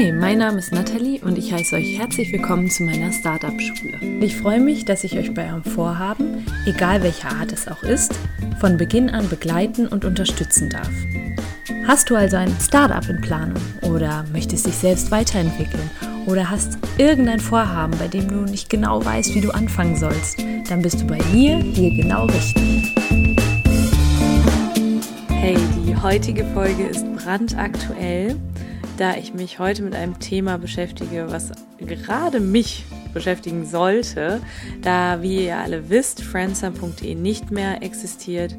Hi, mein Name ist Nathalie und ich heiße euch herzlich willkommen zu meiner Startup-Schule. Ich freue mich, dass ich euch bei eurem Vorhaben, egal welcher Art es auch ist, von Beginn an begleiten und unterstützen darf. Hast du also ein Startup in Planung oder möchtest dich selbst weiterentwickeln oder hast irgendein Vorhaben, bei dem du nicht genau weißt, wie du anfangen sollst, dann bist du bei mir hier genau richtig. Hey, die heutige Folge ist brandaktuell, da ich mich heute mit einem Thema beschäftige, was gerade mich beschäftigen sollte, da, wie ihr alle wisst, Friendsum.de nicht mehr existiert.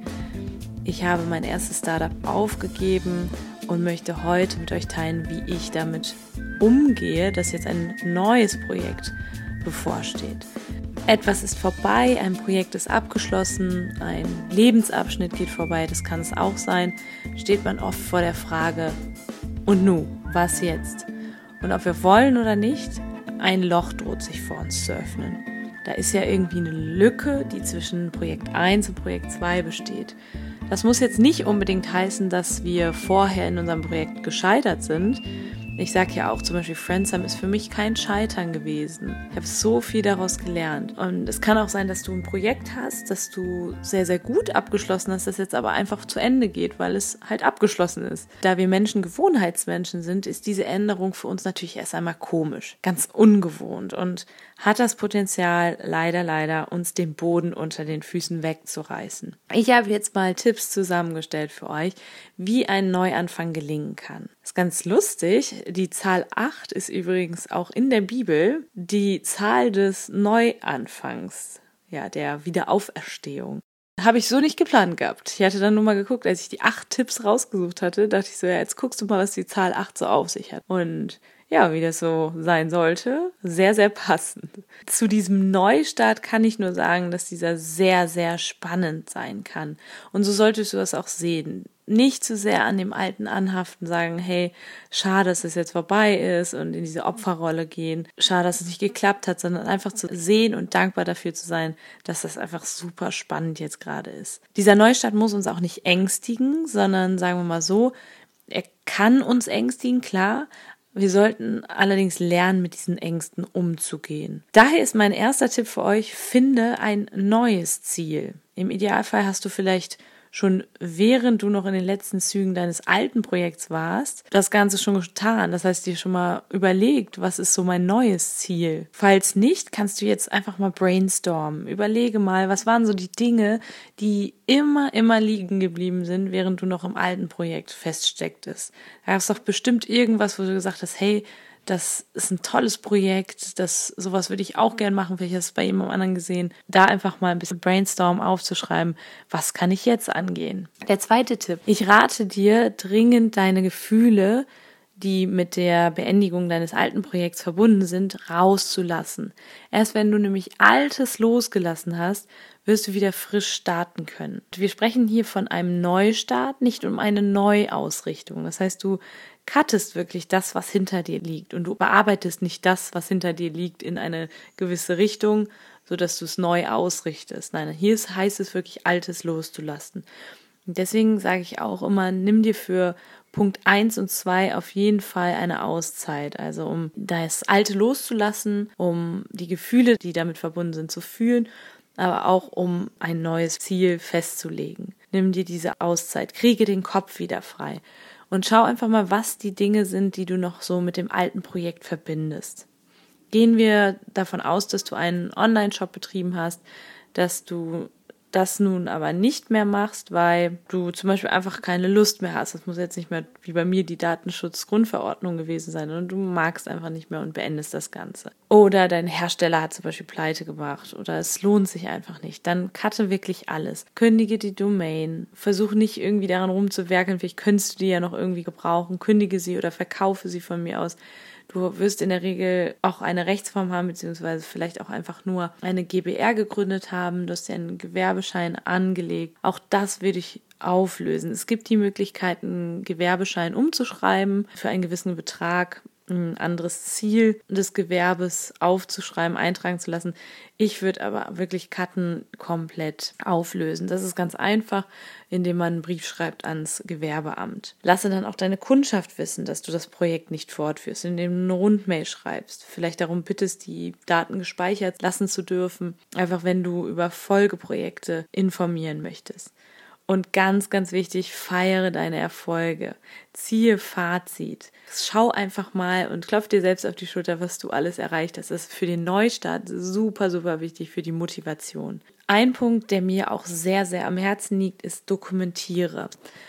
Ich habe mein erstes Startup aufgegeben und möchte heute mit euch teilen, wie ich damit umgehe, dass jetzt ein neues Projekt bevorsteht. Etwas ist vorbei, ein Projekt ist abgeschlossen, ein Lebensabschnitt geht vorbei, das kann es auch sein, steht man oft vor der Frage, und nun, was jetzt? Und ob wir wollen oder nicht, ein Loch droht sich vor uns zu öffnen. Da ist ja irgendwie eine Lücke, die zwischen Projekt 1 und Projekt 2 besteht. Das muss jetzt nicht unbedingt heißen, dass wir vorher in unserem Projekt gescheitert sind. Ich sage ja auch zum Beispiel, Friendsum ist für mich kein Scheitern gewesen. Ich habe so viel daraus gelernt. Und es kann auch sein, dass du ein Projekt hast, das du sehr, sehr gut abgeschlossen hast, das jetzt aber einfach zu Ende geht, weil es halt abgeschlossen ist. Da wir Menschen Gewohnheitsmenschen sind, ist diese Änderung für uns natürlich erst einmal komisch, ganz ungewohnt und hat das Potenzial, leider, uns den Boden unter den Füßen wegzureißen. Ich habe jetzt mal Tipps zusammengestellt für euch, wie ein Neuanfang gelingen kann. Das ist ganz lustig. Die Zahl 8 ist übrigens auch in der Bibel die Zahl des Neuanfangs, ja, der Wiederauferstehung. Habe ich so nicht geplant gehabt. Ich hatte dann nur mal geguckt, als ich die 8 Tipps rausgesucht hatte, dachte ich so, ja, jetzt guckst du mal, was die Zahl 8 so auf sich hat. Und ja, wie das so sein sollte, sehr, sehr passend. Zu diesem Neustart kann ich nur sagen, dass dieser sehr, sehr spannend sein kann. Und so solltest du das auch sehen. Nicht zu sehr an dem Alten anhaften, sagen, hey, schade, dass es jetzt vorbei ist und in diese Opferrolle gehen. Schade, dass es nicht geklappt hat, sondern einfach zu sehen und dankbar dafür zu sein, dass das einfach super spannend jetzt gerade ist. Dieser Neustart muss uns auch nicht ängstigen, sondern sagen wir mal so, er kann uns ängstigen, klar. Wir sollten allerdings lernen, mit diesen Ängsten umzugehen. Daher ist mein erster Tipp für euch, finde ein neues Ziel. Im Idealfall hast du vielleicht schon während du noch in den letzten Zügen deines alten Projekts warst, das Ganze schon getan. Das heißt, dir schon mal überlegt, was ist so mein neues Ziel? Falls nicht, kannst du jetzt einfach mal brainstormen. Überlege mal, was waren so die Dinge, die immer liegen geblieben sind, während du noch im alten Projekt feststecktest. Da gab es doch bestimmt irgendwas, wo du gesagt hast, hey, das ist ein tolles Projekt, sowas würde ich auch gern machen, vielleicht hast du es bei jemandem anderen gesehen, da einfach mal ein bisschen Brainstorm aufzuschreiben, was kann ich jetzt angehen. Der zweite Tipp, ich rate dir dringend deine Gefühle, die mit der Beendigung deines alten Projekts verbunden sind, rauszulassen. Erst wenn du nämlich Altes losgelassen hast, wirst du wieder frisch starten können. Wir sprechen hier von einem Neustart, nicht um eine Neuausrichtung. Das heißt, du cuttest wirklich das, was hinter dir liegt und du bearbeitest nicht das, was hinter dir liegt, in eine gewisse Richtung, sodass du es neu ausrichtest. Nein, hier heißt es wirklich, Altes loszulassen. Und deswegen sage ich auch immer, nimm dir für Punkt 1 und 2 auf jeden Fall eine Auszeit, also um das Alte loszulassen, um die Gefühle, die damit verbunden sind, zu fühlen, aber auch um ein neues Ziel festzulegen. Nimm dir diese Auszeit, kriege den Kopf wieder frei und schau einfach mal, was die Dinge sind, die du noch so mit dem alten Projekt verbindest. Gehen wir davon aus, dass du einen Online-Shop betrieben hast, dass du das nun aber nicht mehr machst, weil du zum Beispiel einfach keine Lust mehr hast. Das muss jetzt nicht mehr wie bei mir die Datenschutzgrundverordnung gewesen sein und du magst einfach nicht mehr und beendest das Ganze. Oder dein Hersteller hat zum Beispiel pleite gemacht oder es lohnt sich einfach nicht. Dann cutte wirklich alles. Kündige die Domain. Versuch nicht irgendwie daran rumzuwerkeln, vielleicht könntest du die ja noch irgendwie gebrauchen. Kündige sie oder verkaufe sie von mir aus. Du wirst in der Regel auch eine Rechtsform haben, beziehungsweise vielleicht auch einfach nur eine GbR gegründet haben. Du hast dir einen Gewerbeschein angelegt. Auch das würde ich auflösen. Es gibt die Möglichkeit, einen Gewerbeschein umzuschreiben für einen gewissen Betrag. ein anderes Ziel des Gewerbes aufzuschreiben, eintragen zu lassen. Ich würde aber wirklich Cutten komplett auflösen. Das ist ganz einfach, indem man einen Brief schreibt ans Gewerbeamt. Lasse dann auch deine Kundschaft wissen, dass du das Projekt nicht fortführst, indem du eine Rundmail schreibst. Vielleicht darum bittest, die Daten gespeichert lassen zu dürfen, einfach wenn du über Folgeprojekte informieren möchtest. Und ganz, ganz wichtig, feiere deine Erfolge. Ziehe Fazit. Schau einfach mal und klopf dir selbst auf die Schulter, was du alles erreicht hast. Das ist für den Neustart super, super wichtig für die Motivation. Ein Punkt, der mir auch sehr, sehr am Herzen liegt, ist dokumentiere.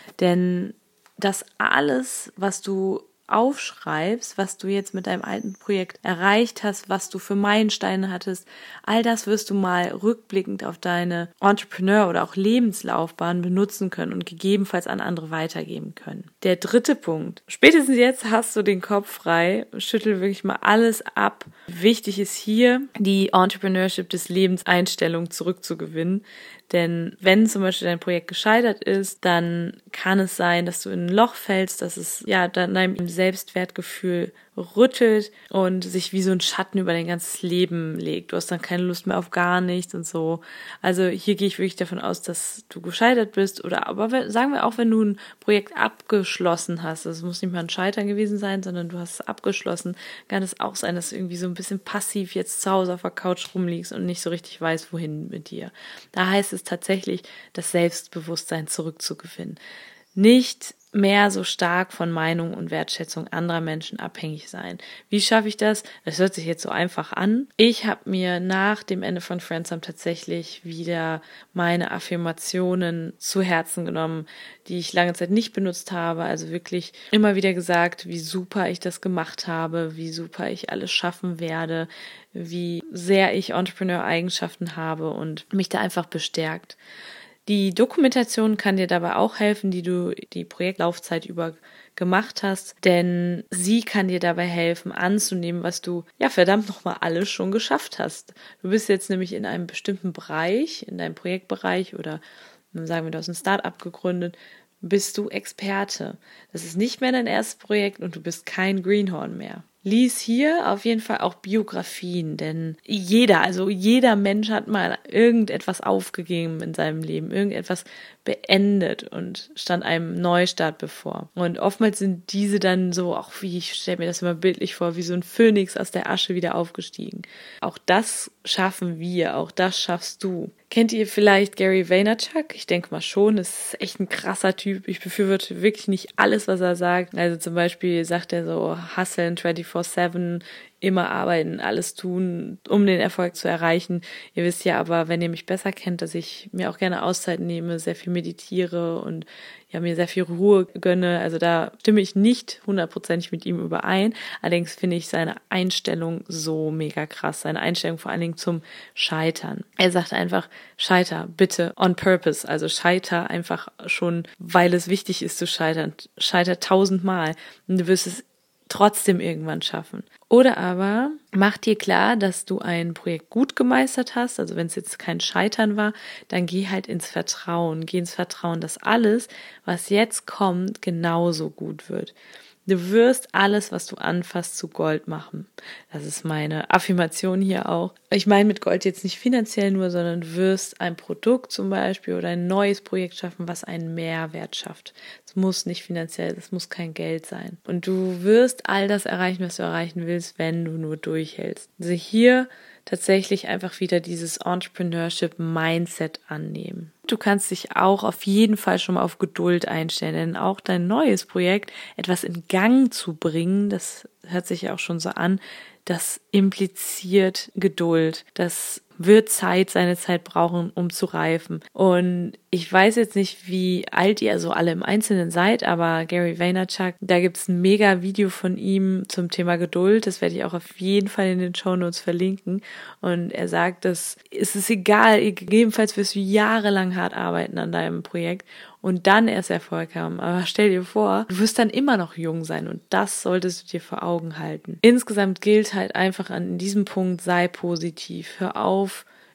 Denn das alles, was du aufschreibst, was du jetzt mit deinem alten Projekt erreicht hast, was du für Meilensteine hattest, all das wirst du mal rückblickend auf deine Entrepreneur- oder auch Lebenslaufbahn benutzen können und gegebenenfalls an andere weitergeben können. Der dritte Punkt. Spätestens jetzt hast du den Kopf frei, schüttel wirklich mal alles ab. Wichtig ist hier, die Entrepreneurship des Lebens Einstellung zurückzugewinnen. Denn wenn zum Beispiel dein Projekt gescheitert ist, dann kann es sein, dass du in ein Loch fällst, dass es dann deinem Selbstwertgefühl rüttelt und sich wie so ein Schatten über dein ganzes Leben legt. Du hast dann keine Lust mehr auf gar nichts und so. Also hier gehe ich wirklich davon aus, dass du gescheitert bist aber sagen wir auch, wenn du ein Projekt abgeschlossen hast, das muss nicht mal ein Scheitern gewesen sein, sondern du hast es abgeschlossen, kann es auch sein, dass du irgendwie so ein bisschen passiv jetzt zu Hause auf der Couch rumliegst und nicht so richtig weißt, wohin mit dir. Da heißt es tatsächlich, das Selbstbewusstsein zurückzugewinnen. Nicht mehr so stark von Meinung und Wertschätzung anderer Menschen abhängig sein. Wie schaffe ich das? Das hört sich jetzt so einfach an. Ich habe mir nach dem Ende von Friendsome tatsächlich wieder meine Affirmationen zu Herzen genommen, die ich lange Zeit nicht benutzt habe. Also wirklich immer wieder gesagt, wie super ich das gemacht habe, wie super ich alles schaffen werde, wie sehr ich Entrepreneur-Eigenschaften habe und mich da einfach bestärkt. Die Dokumentation kann dir dabei auch helfen, die du die Projektlaufzeit über gemacht hast, denn sie kann dir dabei helfen, anzunehmen, was du verdammt nochmal alles schon geschafft hast. Du bist jetzt nämlich in einem bestimmten Bereich, in deinem Projektbereich oder sagen wir, du hast ein Start-up gegründet, bist du Experte. Das ist nicht mehr dein erstes Projekt und du bist kein Greenhorn mehr. Lies hier auf jeden Fall auch Biografien, denn jeder Mensch hat mal irgendetwas aufgegeben in seinem Leben, irgendetwas beendet und stand einem Neustart bevor. Und oftmals sind diese dann so, auch wie ich stelle mir das immer bildlich vor, wie so ein Phönix aus der Asche wieder aufgestiegen. Auch das schaffen wir, auch das schaffst du. Kennt ihr vielleicht Gary Vaynerchuk? Ich denke mal schon, das ist echt ein krasser Typ. Ich befürworte wirklich nicht alles, was er sagt. Also zum Beispiel sagt er so, hustlen 24/7, immer arbeiten, alles tun, um den Erfolg zu erreichen. Ihr wisst ja aber, wenn ihr mich besser kennt, dass ich mir auch gerne Auszeit nehme, sehr viel meditiere und mir sehr viel Ruhe gönne. Also da stimme ich nicht 100% mit ihm überein. Allerdings finde ich seine Einstellung so mega krass. Seine Einstellung vor allen Dingen zum Scheitern. Er sagt einfach, scheiter bitte on purpose. Also scheiter einfach schon, weil es wichtig ist zu scheitern. Scheiter 1000-mal und du wirst es trotzdem irgendwann schaffen. Oder aber mach dir klar, dass du ein Projekt gut gemeistert hast, also wenn es jetzt kein Scheitern war, dann geh halt ins Vertrauen. Geh ins Vertrauen, dass alles, was jetzt kommt, genauso gut wird. Du wirst alles, was du anfasst, zu Gold machen. Das ist meine Affirmation hier auch. Ich meine mit Gold jetzt nicht finanziell nur, sondern du wirst ein Produkt zum Beispiel oder ein neues Projekt schaffen, was einen Mehrwert schafft. Es muss nicht finanziell, es muss kein Geld sein. Und du wirst all das erreichen, was du erreichen willst, wenn du nur durchhältst. Also hier tatsächlich einfach wieder dieses Entrepreneurship-Mindset annehmen. Du kannst dich auch auf jeden Fall schon mal auf Geduld einstellen, denn auch dein neues Projekt etwas in Gang zu bringen, das hört sich ja auch schon so an, das impliziert Geduld. Das wird seine Zeit brauchen, um zu reifen. Und ich weiß jetzt nicht, wie alt ihr so alle im Einzelnen seid, aber Gary Vaynerchuk, da gibt's ein mega Video von ihm zum Thema Geduld. Das werde ich auch auf jeden Fall in den Shownotes verlinken. Und er sagt, dass es ist egal, gegebenenfalls wirst du jahrelang hart arbeiten an deinem Projekt und dann erst Erfolg haben. Aber stell dir vor, du wirst dann immer noch jung sein und das solltest du dir vor Augen halten. Insgesamt gilt halt einfach an diesem Punkt, sei positiv. Hör auf,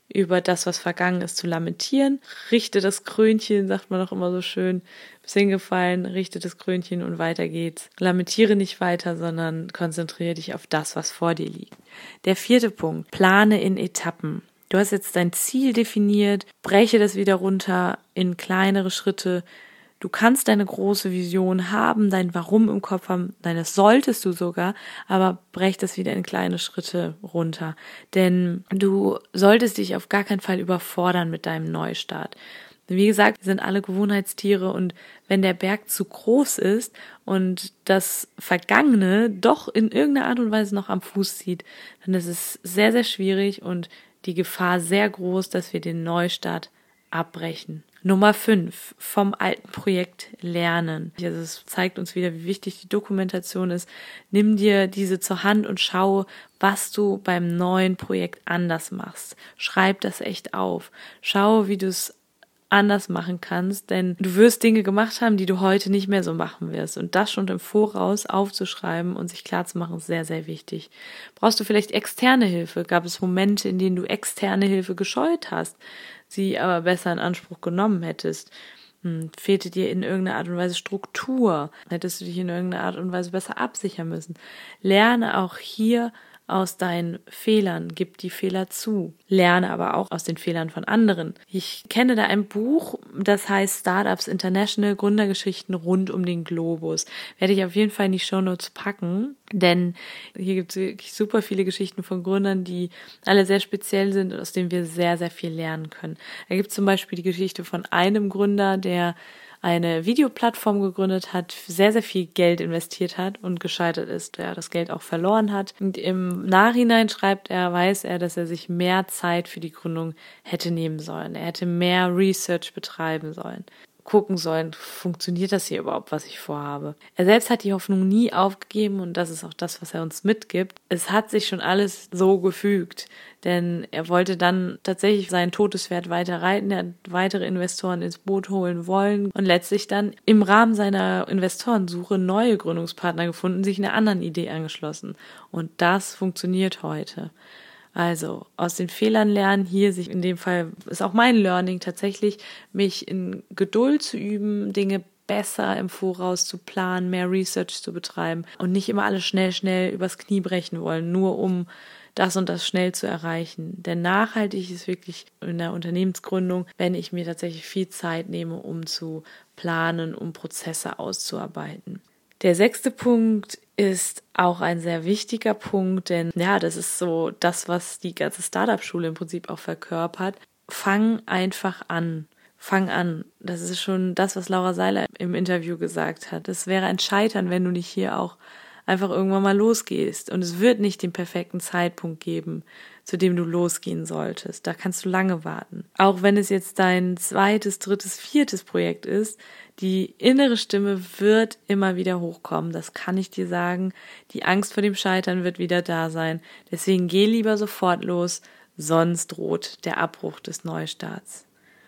über das, was vergangen ist, zu lamentieren. Richte das Krönchen, sagt man auch immer so schön, bist hingefallen, richte das Krönchen und weiter geht's. Lamentiere nicht weiter, sondern konzentriere dich auf das, was vor dir liegt. Der 4. Punkt, plane in Etappen. Du hast jetzt dein Ziel definiert, breche das wieder runter in kleinere Schritte. Du kannst deine große Vision haben, dein Warum im Kopf haben, das solltest du sogar, aber brech das wieder in kleine Schritte runter. Denn du solltest dich auf gar keinen Fall überfordern mit deinem Neustart. Wie gesagt, wir sind alle Gewohnheitstiere und wenn der Berg zu groß ist und das Vergangene doch in irgendeiner Art und Weise noch am Fuß zieht, dann ist es sehr, sehr schwierig und die Gefahr sehr groß, dass wir den Neustart abbrechen. Nummer 5, vom alten Projekt lernen. Also es zeigt uns wieder, wie wichtig die Dokumentation ist. Nimm dir diese zur Hand und schau, was du beim neuen Projekt anders machst. Schreib das echt auf. Schau, wie du es anders machen kannst, denn du wirst Dinge gemacht haben, die du heute nicht mehr so machen wirst. Und das schon im Voraus aufzuschreiben und sich klarzumachen, ist sehr, sehr wichtig. Brauchst du vielleicht externe Hilfe? Gab es Momente, in denen du externe Hilfe gescheut hast, sie aber besser in Anspruch genommen hättest? Fehlte dir in irgendeiner Art und Weise Struktur? Hättest du dich in irgendeiner Art und Weise besser absichern müssen? Lerne auch hier aus deinen Fehlern, gib die Fehler zu. Lerne aber auch aus den Fehlern von anderen. Ich kenne da ein Buch, das heißt Startups International, Gründergeschichten rund um den Globus. Werde ich auf jeden Fall in die Shownotes packen, denn hier gibt es wirklich super viele Geschichten von Gründern, die alle sehr speziell sind und aus denen wir sehr, sehr viel lernen können. Da gibt es zum Beispiel die Geschichte von einem Gründer, der eine Videoplattform gegründet hat, sehr, sehr viel Geld investiert hat und gescheitert ist, der das Geld auch verloren hat. Und im Nachhinein weiß er, dass er sich mehr Zeit für die Gründung hätte nehmen sollen. Er hätte mehr Research betreiben sollen. Gucken sollen, funktioniert das hier überhaupt, was ich vorhabe. Er selbst hat die Hoffnung nie aufgegeben und das ist auch das, was er uns mitgibt. Es hat sich schon alles so gefügt, denn er wollte dann tatsächlich sein Todeswert weiter reiten, er hat weitere Investoren ins Boot holen wollen und letztlich dann im Rahmen seiner Investorensuche neue Gründungspartner gefunden, sich einer anderen Idee angeschlossen und das funktioniert heute. Also aus den Fehlern lernen, hier sich in dem Fall ist auch mein Learning tatsächlich, mich in Geduld zu üben, Dinge besser im Voraus zu planen, mehr Research zu betreiben und nicht immer alles schnell übers Knie brechen wollen, nur um das und das schnell zu erreichen. Denn nachhaltig ist wirklich in der Unternehmensgründung, wenn ich mir tatsächlich viel Zeit nehme, um zu planen, um Prozesse auszuarbeiten. Der 6. Punkt ist auch ein sehr wichtiger Punkt, denn ja, das ist so das, was die ganze Startup-Schule im Prinzip auch verkörpert. Fang einfach an. Fang an. Das ist schon das, was Laura Seiler im Interview gesagt hat. Es wäre ein Scheitern, wenn du nicht hier auch einfach irgendwann mal losgehst. Und es wird nicht den perfekten Zeitpunkt geben, zu dem du losgehen solltest. Da kannst du lange warten. Auch wenn es jetzt dein 2., 3., 4. Projekt ist, die innere Stimme wird immer wieder hochkommen. Das kann ich dir sagen. Die Angst vor dem Scheitern wird wieder da sein. Deswegen geh lieber sofort los, sonst droht der Abbruch des Neustarts.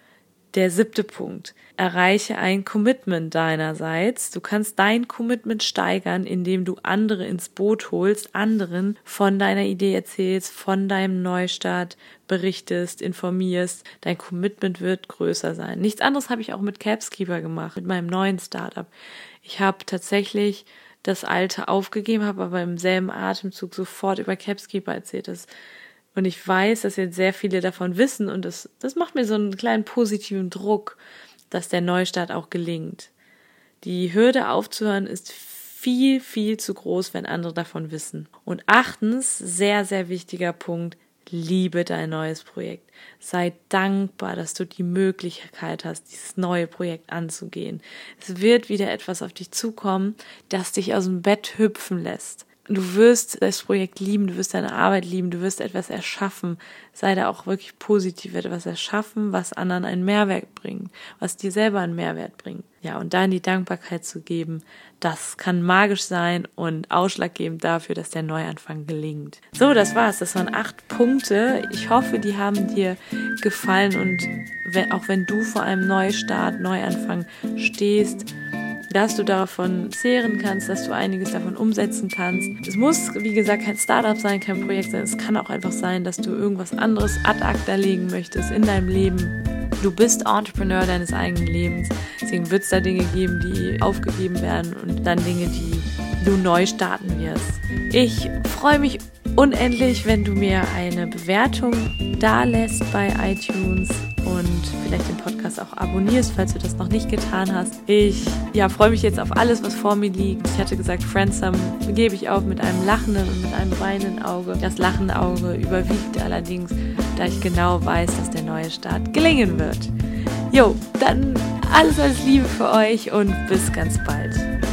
Der 7. Punkt. Erreiche ein Commitment deinerseits. Du kannst dein Commitment steigern, indem du andere ins Boot holst, anderen von deiner Idee erzählst, von deinem Neustart berichtest, informierst. Dein Commitment wird größer sein. Nichts anderes habe ich auch mit Capskeeper gemacht, mit meinem neuen Startup. Ich habe tatsächlich das alte aufgegeben, habe aber im selben Atemzug sofort über Capskeeper erzählt. Und ich weiß, dass jetzt sehr viele davon wissen und das macht mir so einen kleinen positiven Druck, dass der Neustart auch gelingt. Die Hürde aufzuhören ist viel, viel zu groß, wenn andere davon wissen. Und 8, sehr, sehr wichtiger Punkt, liebe dein neues Projekt. Sei dankbar, dass du die Möglichkeit hast, dieses neue Projekt anzugehen. Es wird wieder etwas auf dich zukommen, das dich aus dem Bett hüpfen lässt. Du wirst das Projekt lieben, du wirst deine Arbeit lieben, du wirst etwas erschaffen. Sei da auch wirklich positiv, etwas erschaffen, was anderen einen Mehrwert bringt, was dir selber einen Mehrwert bringt. Ja, und da in die Dankbarkeit zu geben, das kann magisch sein und ausschlaggebend dafür, dass der Neuanfang gelingt. So, das war's. Das waren 8 Punkte. Ich hoffe, die haben dir gefallen und auch wenn du vor einem Neustart, Neuanfang stehst, dass du davon zehren kannst, dass du einiges davon umsetzen kannst. Es muss, wie gesagt, kein Startup sein, kein Projekt sein. Es kann auch einfach sein, dass du irgendwas anderes ad acta legen möchtest in deinem Leben. Du bist Entrepreneur deines eigenen Lebens. Deswegen wird es da Dinge geben, die aufgegeben werden und dann Dinge, die du neu starten wirst. Ich freue mich unendlich, wenn du mir eine Bewertung dalässt bei iTunes und vielleicht den Podcast auch abonnierst, falls du das noch nicht getan hast. Ich freue mich jetzt auf alles, was vor mir liegt. Ich hatte gesagt, Friendsome gebe ich auf mit einem lachenden und mit einem weinenden Auge. Das lachende Auge überwiegt allerdings, da ich genau weiß, dass der neue Start gelingen wird. Dann alles Liebe für euch und bis ganz bald.